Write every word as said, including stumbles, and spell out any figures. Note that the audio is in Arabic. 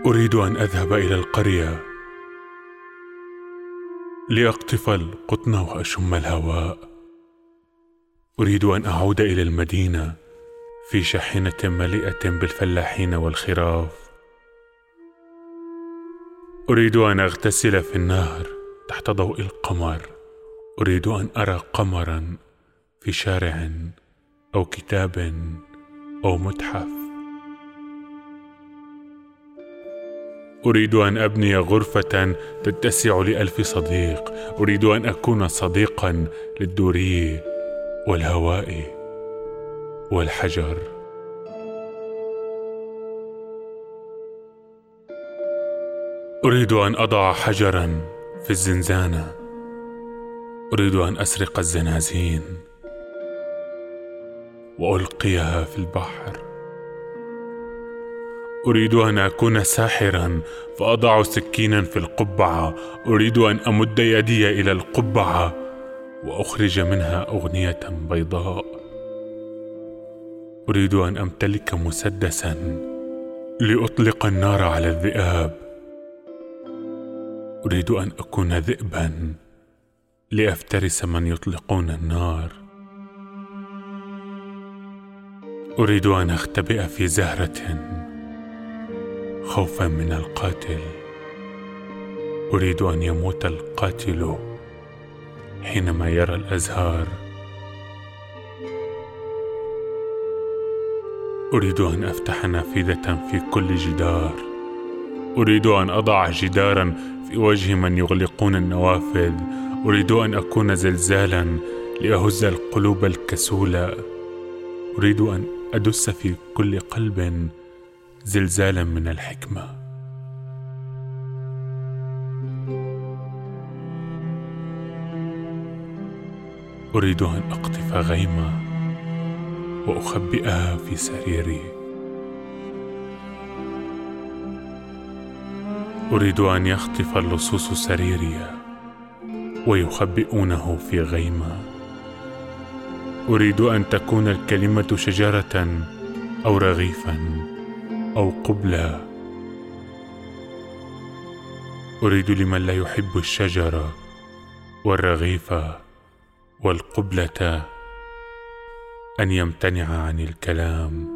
أريد أن أذهب إلى القرية لأقطف القطن وأشم الهواء. أريد أن أعود إلى المدينة في شاحنة مليئة بالفلاحين والخراف. أريد أن أغتسل في النهر تحت ضوء القمر. أريد أن أرى قمرا في شارع أو كتاب أو متحف. أريد أن أبني غرفة تتسع لألف صديق. أريد أن أكون صديقا للدوري والهواء والحجر. أريد أن أضع حجرا في الزنزانة. أريد أن أسرق الزنازين وألقيها في البحر. أريد أن أكون ساحرا فأضع سكينا في القبعة. أريد أن أمد يدي إلى القبعة وأخرج منها أغنية بيضاء. أريد أن أمتلك مسدسا لأطلق النار على الذئاب. أريد أن أكون ذئبا لأفترس من يطلقون النار. أريد أن أختبئ في زهرة خوفا من القاتل. أريد أن يموت القاتل حينما يرى الأزهار. أريد أن أفتح نافذة في كل جدار. أريد أن أضع جدارا في وجه من يغلقون النوافذ. أريد أن أكون زلزالا لأهز القلوب الكسولة. أريد أن أدس في كل قلب زلزالا من الحكمة. أريد أن أقطف غيمة وأخبئها في سريري. أريد أن يخطف اللصوص سريري ويخبئونه في غيمة. أريد أن تكون الكلمة شجرة أو رغيفا أو قبلة. أريد لمن لا يحب الشجرة والرغيف والقبلة أن يمتنع عن الكلام.